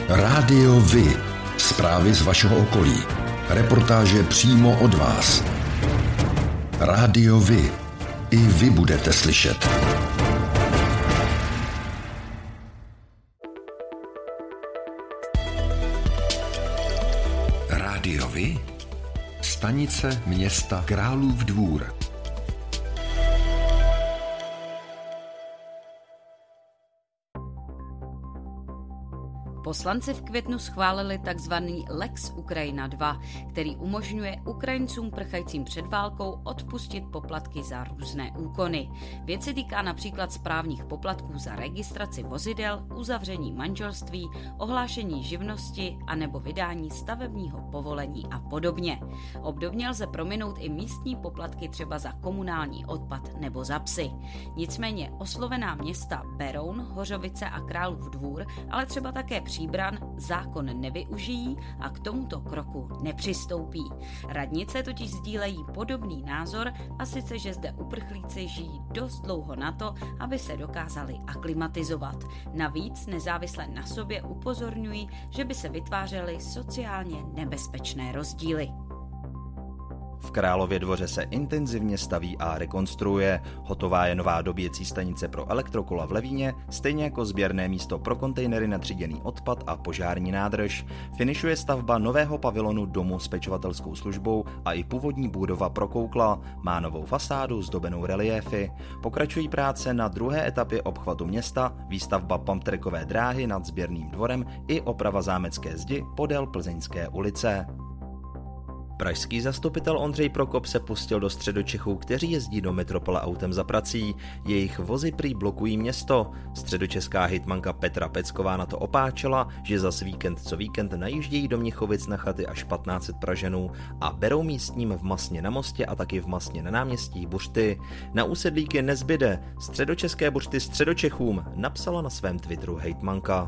Rádio Vy. Zprávy z vašeho okolí. Reportáže přímo od vás. Rádio Vy. I vy budete slyšet. Rádio Vy. Stanice města Králův Dvůr. Poslanci v květnu schválili takzvaný Lex Ukrajina 2, který umožňuje Ukrajincům prchajícím před válkou odpustit poplatky za různé úkony. Věc se týká například správních poplatků za registraci vozidel, uzavření manželství, ohlášení živnosti anebo vydání stavebního povolení a podobně. Obdobně lze prominout i místní poplatky třeba za komunální odpad nebo za psy. Nicméně oslovená města Beroun, Hořovice a Králův Dvůr, ale třeba také Příbran zákon nevyužijí a k tomuto kroku nepřistoupí. Radnice totiž sdílejí podobný názor, a sice, že zde uprchlíci žijí dost dlouho na to, aby se dokázali aklimatizovat. Navíc nezávisle na sobě upozorňují, že by se vytvářely sociálně nebezpečné rozdíly. V Králově Dvoře se intenzivně staví a rekonstruuje. Hotová je nová dobíjecí stanice pro elektrokola v Levíně, stejně jako sběrné místo pro kontejnery na tříděný odpad a požární nádrž. Finišuje stavba nového pavilonu domu s pečovatelskou službou a i původní budova prokoukla. Má novou fasádu zdobenou reliéfy. Pokračují práce na druhé etapě obchvatu města, výstavba pumptrackové dráhy nad sběrným dvorem i oprava zámecké zdi podél Plzeňské ulice. Pražský zastupitel Ondřej Prokop se pustil do Středočechů, kteří jezdí do metropole autem za prací. Jejich vozy prý blokují město. Středočeská hejtmanka Petra Pecková na to opáčela, že zas víkend co víkend najíždějí do Mnichovic na chaty až 1500 Pražanů a berou místním v Masně na mostě a taky v Masně na náměstí buřty. Na úsedlíky nezbyde, středočeské buřty Středočechům, napsala na svém Twitteru hejtmanka.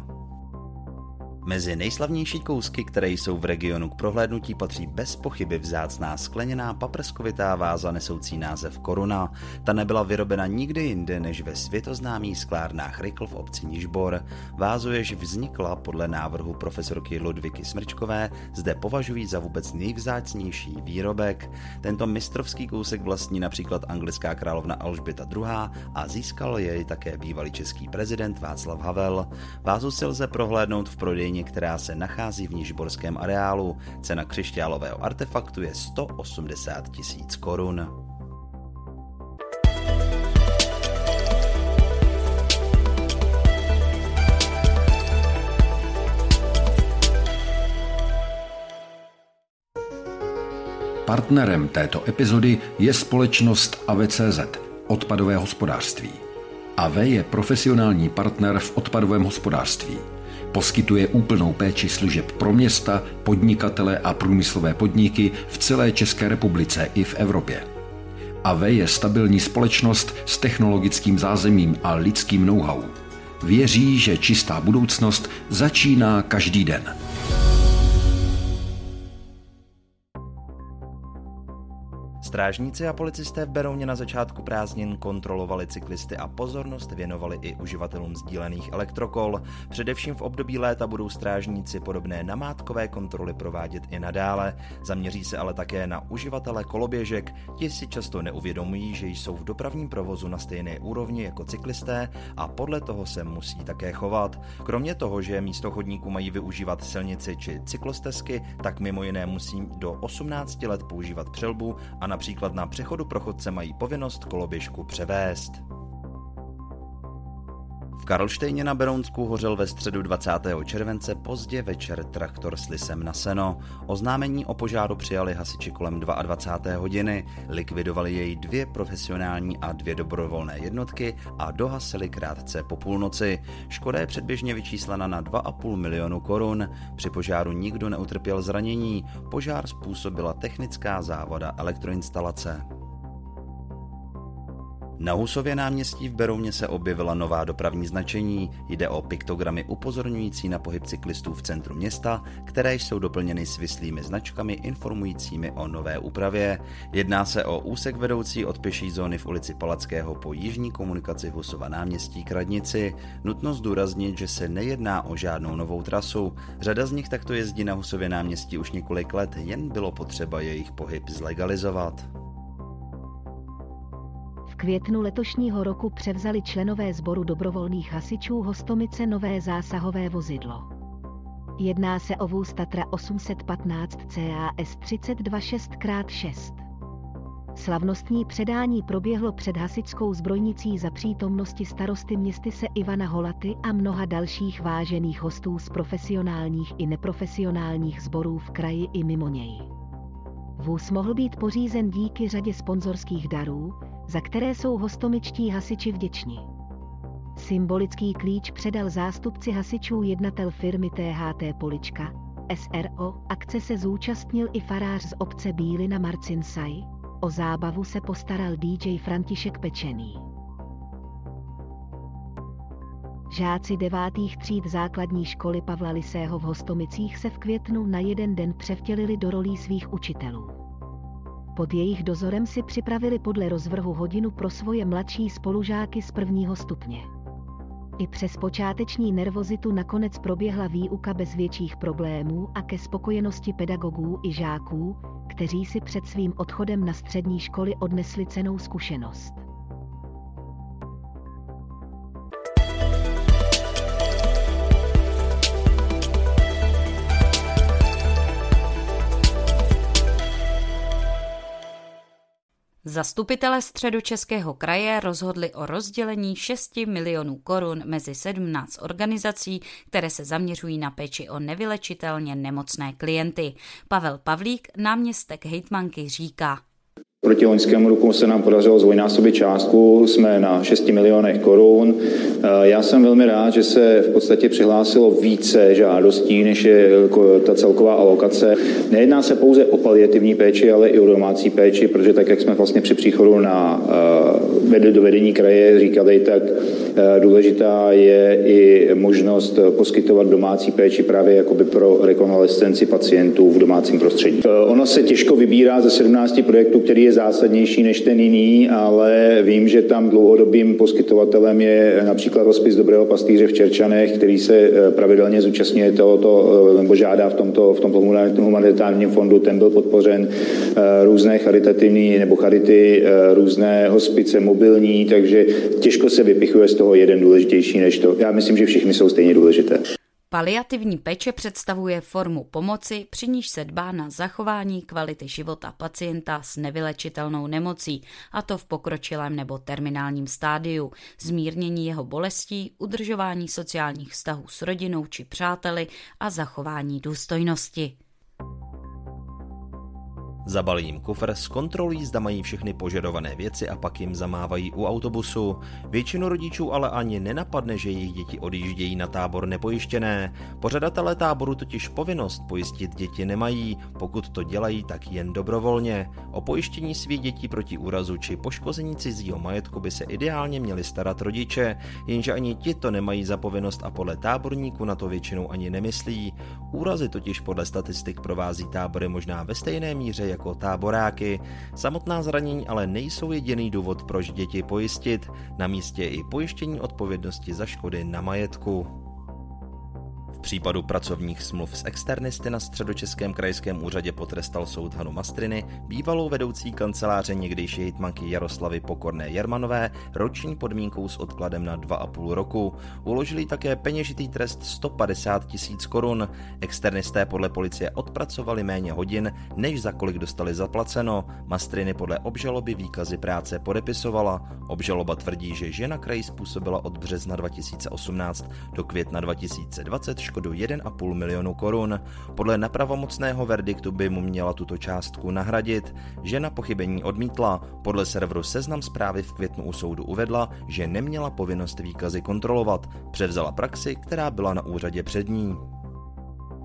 Mezi nejslavnější kousky, které jsou v regionu k prohlédnutí, patří bez pochyby vzácná skleněná paprskovitá váza nesoucí název Koruna. Ta nebyla vyrobena nikde jinde než ve světoznámých sklárnách Rykl v obci Nižbor. Vázu, jež vznikla podle návrhu profesorky Ludviky Smrčkové, zde považují za vůbec nejvzácnější výrobek. Tento mistrovský kousek vlastní například anglická královna Alžběta II. A získal jej také bývalý český prezident Václav Havel. Vázu si lze prohlédnout v prodejně, která se nachází v nižborském areálu. Cena křišťálového artefaktu je 180 000 korun. Partnerem této epizody je společnost AVE.cz, odpadové hospodářství. AVE je profesionální partner v odpadovém hospodářství. Poskytuje úplnou péči služeb pro města, podnikatele a průmyslové podniky v celé České republice i v Evropě. AVE je stabilní společnost s technologickým zázemím a lidským know-how. Věří, že čistá budoucnost začíná každý den. Strážníci a policisté v Berouně na začátku prázdnin kontrolovali cyklisty a pozornost věnovali i uživatelům sdílených elektrokol. Především v období léta budou strážníci podobné namátkové kontroly provádět i nadále. Zaměří se ale také na uživatele koloběžek. Ti si často neuvědomují, že jsou v dopravním provozu na stejné úrovni jako cyklisté a podle toho se musí také chovat. Kromě toho, že místo chodníků mají využívat silnici či cyklostezky, tak mimo jiné musí do 18 let používat přelbu a například na přechodu pro chodce mají povinnost koloběžku převést. V Karlštejně na Berounsku hořel ve středu 20. července pozdě večer traktor s lisem na seno. Oznámení o požáru přijali hasiči kolem 22. hodiny, likvidovali jej 2 profesionální a 2 dobrovolné jednotky a dohasili krátce po půlnoci. Škoda je předběžně vyčíslena na 2,5 milionu korun. Při požáru nikdo neutrpěl zranění. Požár způsobila technická závada elektroinstalace. Na Husově náměstí v Berouně se objevila nová dopravní značení. Jde o piktogramy upozorňující na pohyb cyklistů v centru města, které jsou doplněny svislými značkami informujícími o nové úpravě. Jedná se o úsek vedoucí od pěší zóny v ulici Palackého po jižní komunikaci Husova náměstí k radnici. Nutno zdůraznit, že se nejedná o žádnou novou trasu. Řada z nich takto jezdí na Husově náměstí už několik let, jen bylo potřeba jejich pohyb zlegalizovat. V květnu letošního roku převzali členové sboru dobrovolných hasičů Hostomice nové zásahové vozidlo. Jedná se o vůz Tatra 815 CAS 32 6x6. Slavnostní předání proběhlo před hasičskou zbrojnicí za přítomnosti starosty Městyse Ivana Holaty a mnoha dalších vážených hostů z profesionálních i neprofesionálních sborů v kraji i mimo něj. Vůz mohl být pořízen díky řadě sponzorských darů, za které jsou hostomičtí hasiči vděční. Symbolický klíč předal zástupci hasičů jednatel firmy THT Polička, SRO. Akce se zúčastnil i farář z obce Bílina Marcin Saj, o zábavu se postaral DJ František Pečený. Žáci 9. tříd základní školy Pavla Lysého v Hostomicích se v květnu na jeden den převtělili do rolí svých učitelů. Pod jejich dozorem si připravili podle rozvrhu hodinu pro svoje mladší spolužáky z 1. stupně. I přes počáteční nervozitu nakonec proběhla výuka bez větších problémů a ke spokojenosti pedagogů i žáků, kteří si před svým odchodem na střední školy odnesli cennou zkušenost. Zastupitelé Středočeského kraje rozhodli o rozdělení 6 milionů korun mezi 17 organizací, které se zaměřují na péči o nevylečitelně nemocné klienty. Pavel Pavlík, náměstek hejtmanky, říká: Proti loňskému roku se nám podařilo zdvojnásobit částku, jsme na 6 milionech korun. Já jsem velmi rád, že se v podstatě přihlásilo více žádostí, než je ta celková alokace. Nejedná se pouze o paliativní péči, ale i o domácí péči, protože tak, jak jsme vlastně při příchodu do vedení kraje říkali, tak důležitá je i možnost poskytovat domácí péči právě jakoby pro rekonvalescenci pacientů v domácím prostředí. Ono se těžko vybírá ze 17 projektů, který je zásadnější než ten jiný, ale vím, že tam dlouhodobým poskytovatelem je například Hospic Dobrého pastýře v Čerčanech, který se pravidelně zúčastňuje nebo žádá v tomto humanitárním fondu. Ten byl podpořen různé charitativní nebo charity, různé hospice mobilní, takže těžko se vypichuje z toho jeden důležitější než to. Já myslím, že všechny jsou stejně důležité. Paliativní péče představuje formu pomoci, při níž se dbá na zachování kvality života pacienta s nevylečitelnou nemocí, a to v pokročilém nebo terminálním stádiu, zmírnění jeho bolestí, udržování sociálních vztahů s rodinou či přáteli a zachování důstojnosti. Zabalí jim kufr, zkontrolují, zda mají všechny požadované věci a pak jim zamávají u autobusu. Většinu rodičů ale ani nenapadne, že jejich děti odjíždějí na tábor nepojištěné. Pořadatelé táboru totiž povinnost pojistit děti nemají, pokud to dělají, tak jen dobrovolně. O pojištění svých dětí proti úrazu či poškození cizího majetku by se ideálně měli starat rodiče, jenže ani ti to nemají za povinnost a podle táborníků na to většinou ani nemyslí. Úrazy totiž podle statistik provází tábory možná ve stejné míře jako táboráky. Samotná zranění ale nejsou jediný důvod, proč děti pojistit. Na místě je i pojištění odpovědnosti za škody na majetku. V případu pracovních smluv s externisty na Středočeském krajském úřadě potrestal soud Hanu Mastriny, bývalou vedoucí kanceláře někdejší hejtmanky Jaroslavy Pokorné Jermanové, roční podmínkou s odkladem na 2,5 roku. Uložili také peněžitý trest 150 000 korun. Externisté podle policie odpracovali méně hodin, než za kolik dostali zaplaceno. Mastriny podle obžaloby výkazy práce podepisovala. Obžaloba tvrdí, že žena kraji způsobila od března 2018 do května 2020 škodu 1,5 milionu korun. Podle nepravomocného verdiktu by mu měla tuto částku nahradit. Žena pochybení odmítla. Podle serveru Seznam Zprávy v květnu u soudu uvedla, že neměla povinnost výkazy kontrolovat. Převzala praxi, která byla na úřadě před ní.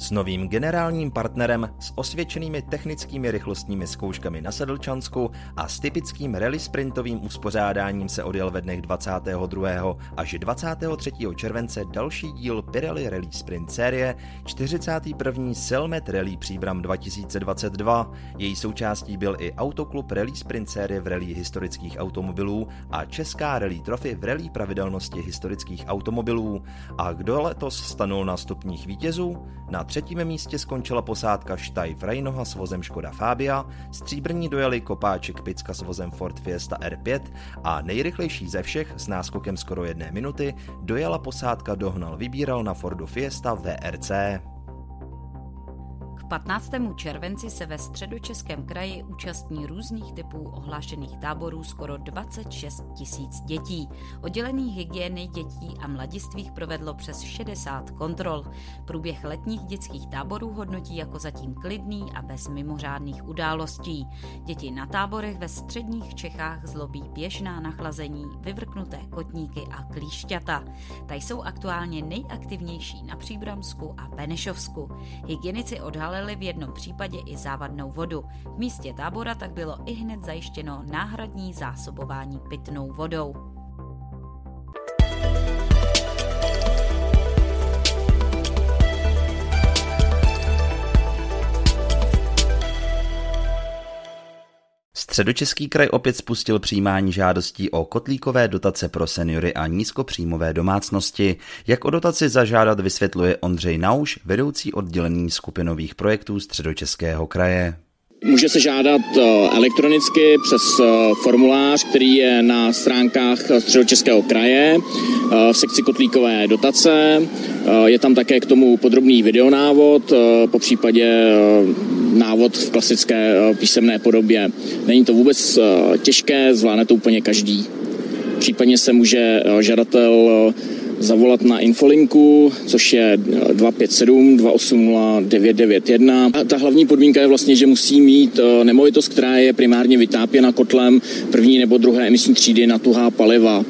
S novým generálním partnerem, s osvědčenými technickými rychlostními zkouškami na Sedlčansku a s typickým rally sprintovým uspořádáním se odjel ve dnech 22. až 23. července další díl Pirelli Rally Sprint série 41. Selmet Rally Příbram 2022. Její součástí byl i Autoklub Rally Sprint série v rally historických automobilů a Česká rally trofy v rally pravidelnosti historických automobilů. A kdo letos stanul na stupních vítězů? Na třetím místě skončila posádka Štajf Rajnoha s vozem Škoda Fabia, stříbrní dojeli Kopáček Picka s vozem Ford Fiesta R5 a nejrychlejší ze všech s náskokem skoro 1 minuty dojela posádka Dohnal Vybíral na Fordu Fiesta VRC. K 15. červenci se ve Středočeském kraji účastní různých typů ohlášených táborů skoro 26 000 dětí. Oddělení hygieny dětí a mladistvých provedlo přes 60 kontrol. Průběh letních dětských táborů hodnotí jako zatím klidný a bez mimořádných událostí. Děti na táborech ve středních Čechách zlobí běžná nachlazení, vyvrknuté kotníky a klíšťata. Ta jsou aktuálně nejaktivnější na Příbramsku a Benešovsku. Hygienici odhalili v jednom případě i závadnou vodu. V místě tábora tak bylo ihned zajištěno náhradní zásobování pitnou vodou. Středočeský kraj opět spustil přijímání žádostí o kotlíkové dotace pro seniory a nízkopříjmové domácnosti. Jak o dotaci zažádat, vysvětluje Ondřej Nauš, vedoucí oddělení skupinových projektů Středočeského kraje. Může se žádat elektronicky přes formulář, který je na stránkách Středočeského kraje v sekci kotlíkové dotace. Je tam také k tomu podrobný videonávod, popřípadě návod v klasické písemné podobě. Není to vůbec těžké, zvládne to úplně každý. Případně se může žadatel zavolat na infolinku, což je 257 280 991. A ta hlavní podmínka je vlastně, že musí mít nemovitost, která je primárně vytápěna kotlem první nebo druhé emisní třídy na tuhá paliva.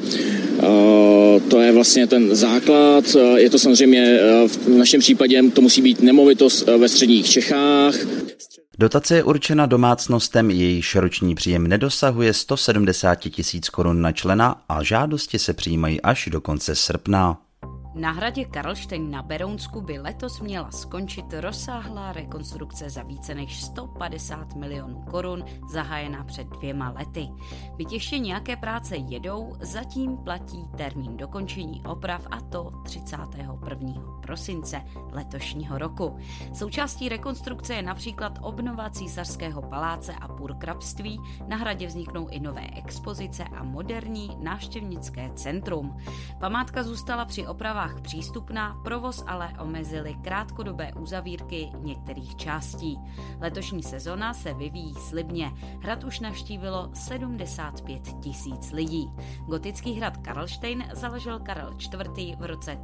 To je vlastně ten základ. Je to samozřejmě v našem případě, to musí být nemovitost ve středních Čechách. Dotace je určena domácnostem, jejíž roční příjem nedosahuje 170 000 korun na člena a žádosti se přijímají až do konce srpna. Na hradě Karlštejn na Berounsku by letos měla skončit rozsáhlá rekonstrukce za více než 150 milionů korun, zahájená před 2 lety. Byť ještě nějaké práce jedou, zatím platí termín dokončení oprav, a to 31. prosince letošního roku. Součástí rekonstrukce je například obnova Císařského paláce a purkrabství, na hradě vzniknou i nové expozice a moderní návštěvnické centrum. Památka zůstala při opravách přístupná, provoz ale omezily krátkodobé uzavírky některých částí. Letošní sezona se vyvíjí slibně. Hrad už navštívilo 75 000 lidí. Gotický hrad Karlštejn založil Karel IV. V roce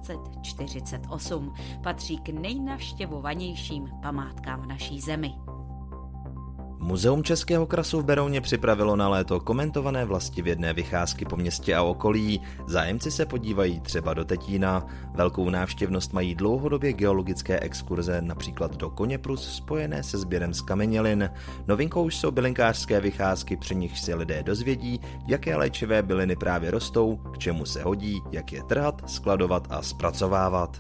1348. Patří k nejnavštěvovanějším památkám v naší zemi. Muzeum Českého krasu v Berouně připravilo na léto komentované vlastivědné vycházky po městě a okolí. Zájemci se podívají třeba do Tetína. Velkou návštěvnost mají dlouhodobě geologické exkurze, například do Koněprus, spojené se sběrem zkamenělin. Novinkou už jsou bylinkářské vycházky, při nich si lidé dozvědí, jaké léčivé byliny právě rostou, k čemu se hodí, jak je trhat, skladovat a zpracovávat.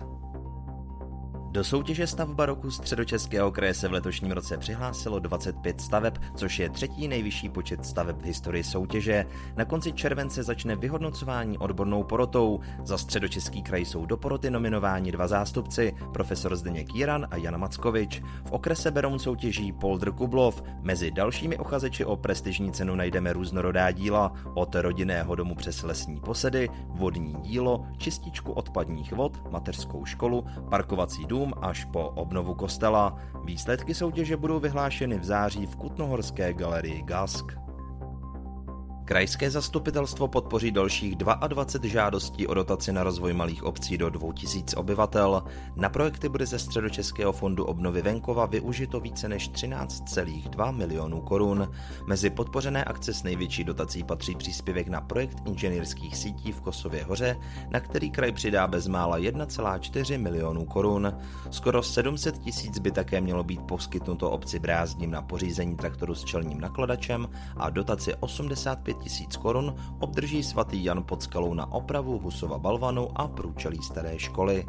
Do soutěže Stavba roku Středočeského kraje se v letošním roce přihlásilo 25 staveb, což je třetí nejvyšší počet staveb v historii soutěže. Na konci července začne vyhodnocování odbornou porotou. Za Středočeský kraj jsou do poroty nominováni 2 zástupci, profesor Zdeněk Jiran a Jana Mackovič. V okrese Beroun soutěží Poldr Kublov. Mezi dalšími uchazeči o prestižní cenu najdeme různorodá díla, od rodinného domu přes lesní posedy, vodní dílo, čističku odpadních vod, mateřskou školu, parkovací dům až po obnovu kostela. Výsledky soutěže budou vyhlášeny v září v Kutnohorské galerii Gask. Krajské zastupitelstvo podpoří dalších 22 žádostí o dotaci na rozvoj malých obcí do 2000 obyvatel. Na projekty bude ze Středočeského fondu obnovy venkova využito více než 13,2 milionů korun. Mezi podpořené akce s největší dotací patří příspěvek na projekt inženýrských sítí v Kosově Hoře, na který kraj přidá bezmála 1,4 milionů korun. Skoro 700 000 by také mělo být poskytnuto obci Brázdním na pořízení traktoru s čelním nakladačem a dotaci 85 000 korun obdrží svatý Jan pod Skalou na opravu Husova balvanu a průčelí staré školy.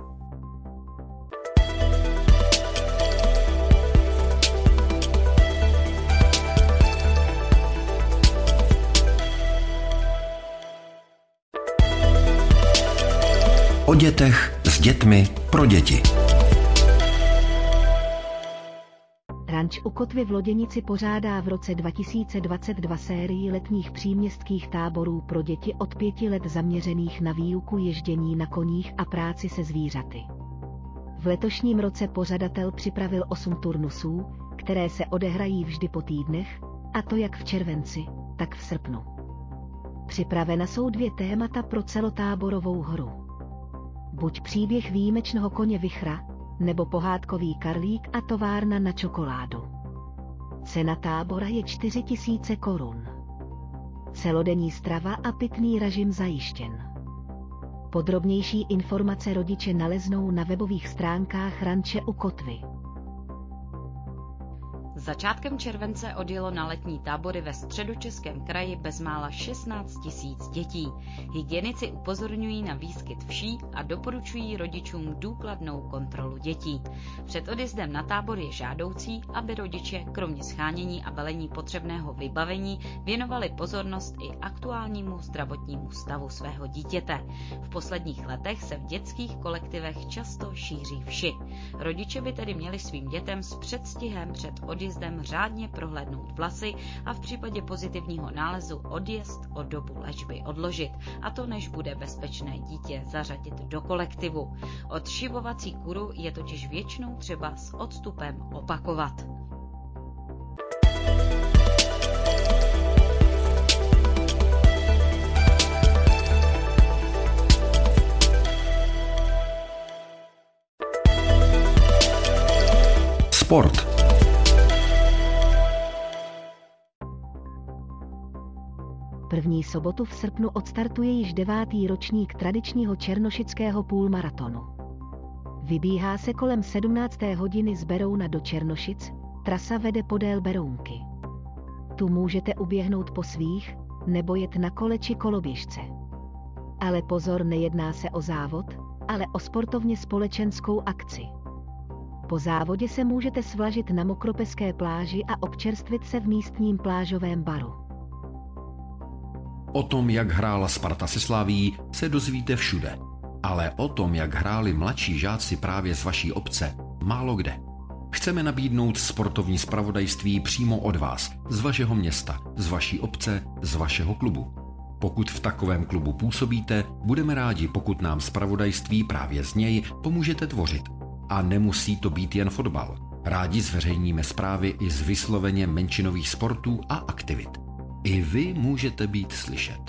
O dětech, s dětmi, pro děti. Ranč u Kotvy v Loděnici pořádá v roce 2022 sérii letních příměstských táborů pro děti od 5 let zaměřených na výuku ježdění na koních a práci se zvířaty. V letošním roce pořadatel připravil 8 turnusů, které se odehrají vždy po týdnech, a to jak v červenci, tak v srpnu. Připravena jsou 2 témata pro celotáborovou hru. Buď příběh výjimečného koně Vichra, nebo pohádkový karlík a továrna na čokoládu. Cena tábora je 4 000 korun. Celodenní strava a pitný režim zajištěn. Podrobnější informace rodiče naleznou na webových stránkách ranče u Kotvy. Začátkem července odjelo na letní tábory ve Středočeském kraji bezmála 16 000 dětí. Hygienici upozorňují na výskyt vší a doporučují rodičům důkladnou kontrolu dětí. Před odjezdem na tábor je žádoucí, aby rodiče kromě shánění a balení potřebného vybavení věnovali pozornost i aktuálnímu zdravotnímu stavu svého dítěte. V posledních letech se v dětských kolektivech často šíří vši. Rodiče by tedy měli svým dětem s předstihem před odjezdem řádně prohlédnout vlasy a v případě pozitivního nálezu odjezd o dobu léčby odložit, a to než bude bezpečné dítě zařadit do kolektivu. Odšivovací kuru je totiž většinou třeba s odstupem opakovat. Sport. První sobotu v srpnu odstartuje již 9. ročník tradičního černošického půlmaratonu. Vybíhá se kolem 17. hodiny z Berouna do Černošic, trasa vede podél Berounky. Tu můžete uběhnout po svých, nebo jet na kole či koloběžce. Ale pozor, nejedná se o závod, ale o sportovně společenskou akci. Po závodě se můžete svlažit na Mokropeské pláži a občerstvit se v místním plážovém baru. O tom, jak hrála Sparta se Slavií, se dozvíte všude. Ale o tom, jak hráli mladší žáci právě z vaší obce, málo kde. Chceme nabídnout sportovní zpravodajství přímo od vás, z vašeho města, z vaší obce, z vašeho klubu. Pokud v takovém klubu působíte, budeme rádi, pokud nám zpravodajství právě z něj pomůžete tvořit. A nemusí to být jen fotbal. Rádi zveřejníme zprávy i z vysloveně menšinových sportů a aktivit. I vy můžete být slyšet.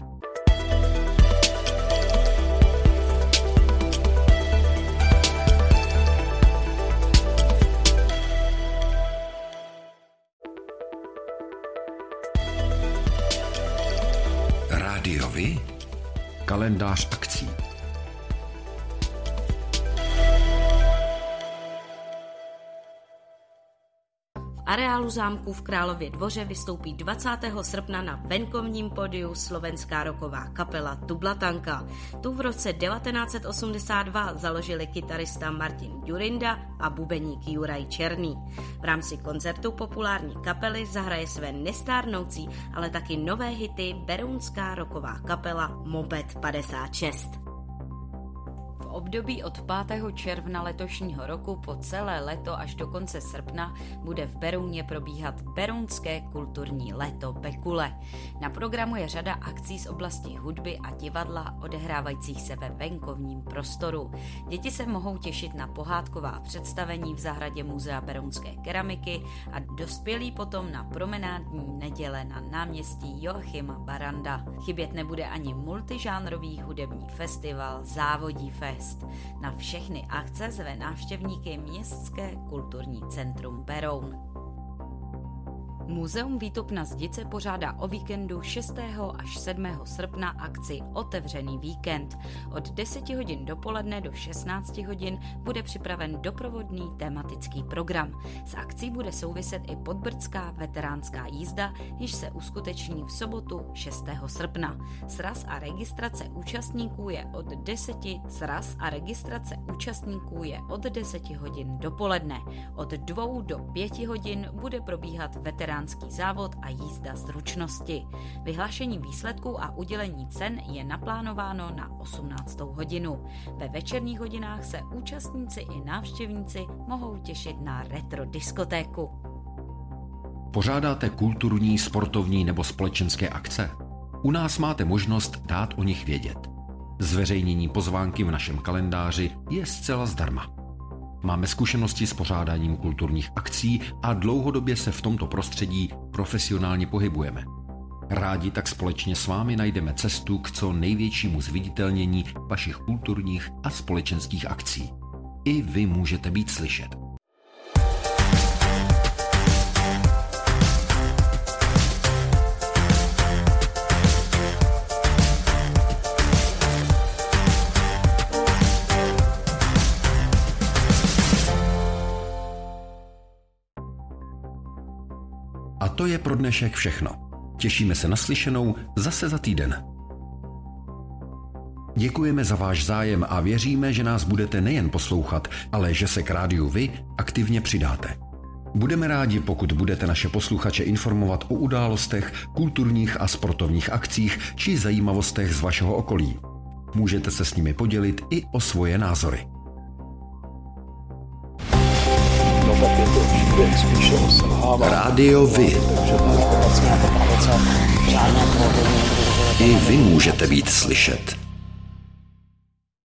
Rádiovi? Kalendář akcí. Areálu zámku v Králově Dvoře vystoupí 20. srpna na venkovním pódiu slovenská rocková kapela Tublatanka. Tu v roce 1982 založili kytarista Martin Ďurinda a bubeník Juraj Černý. V rámci koncertu populární kapely zahraje své nestárnoucí, ale taky nové hity berounská rocková kapela Moped 56. V období od 5. června letošního roku po celé léto až do konce srpna bude v Berouně probíhat Berounské kulturní léto Bekule. Na programu je řada akcí z oblasti hudby a divadla odehrávajících se ve venkovním prostoru. Děti se mohou těšit na pohádková představení v zahradě Muzea berounské keramiky a dospělí potom na promenádní neděle na náměstí Joachima Baranda. Chybět nebude ani multižánrový hudební festival Závodí Fest. Na všechny akce zve návštěvníky Městské kulturní centrum Beroun. Muzeum Výtupna Zdice pořádá o víkendu 6. až 7. srpna akci Otevřený víkend. Od 10 hodin dopoledne do 16 hodin bude připraven doprovodný tematický program. S akcí bude souviset i podbrdská veteránská jízda, již se uskuteční v sobotu 6. srpna. Sraz a registrace účastníků je od 10 hodin dopoledne. Od 2 do 5 hodin bude probíhat veteránský závod a jízda zručnosti. Vyhlášení výsledků a udělení cen je naplánováno na 18. hodinu. Ve večerních hodinách se účastníci i návštěvníci mohou těšit na retro diskotéku. Pořádáte kulturní, sportovní nebo společenské akce? U nás máte možnost dát o nich vědět. Zveřejnění pozvánky v našem kalendáři je zcela zdarma. Máme zkušenosti s pořádáním kulturních akcí a dlouhodobě se v tomto prostředí profesionálně pohybujeme. Rádi tak společně s vámi najdeme cestu k co největšímu zviditelnění vašich kulturních a společenských akcí. I vy můžete být slyšet. A to je pro dnešek všechno. Těšíme se na slyšenou zase za týden. Děkujeme za váš zájem a věříme, že nás budete nejen poslouchat, ale že se k rádiu vy aktivně přidáte. Budeme rádi, pokud budete naše posluchače informovat o událostech, kulturních a sportovních akcích či zajímavostech z vašeho okolí. Můžete se s nimi podělit i o svoje názory. Rádio Vy. I vy můžete být slyšet.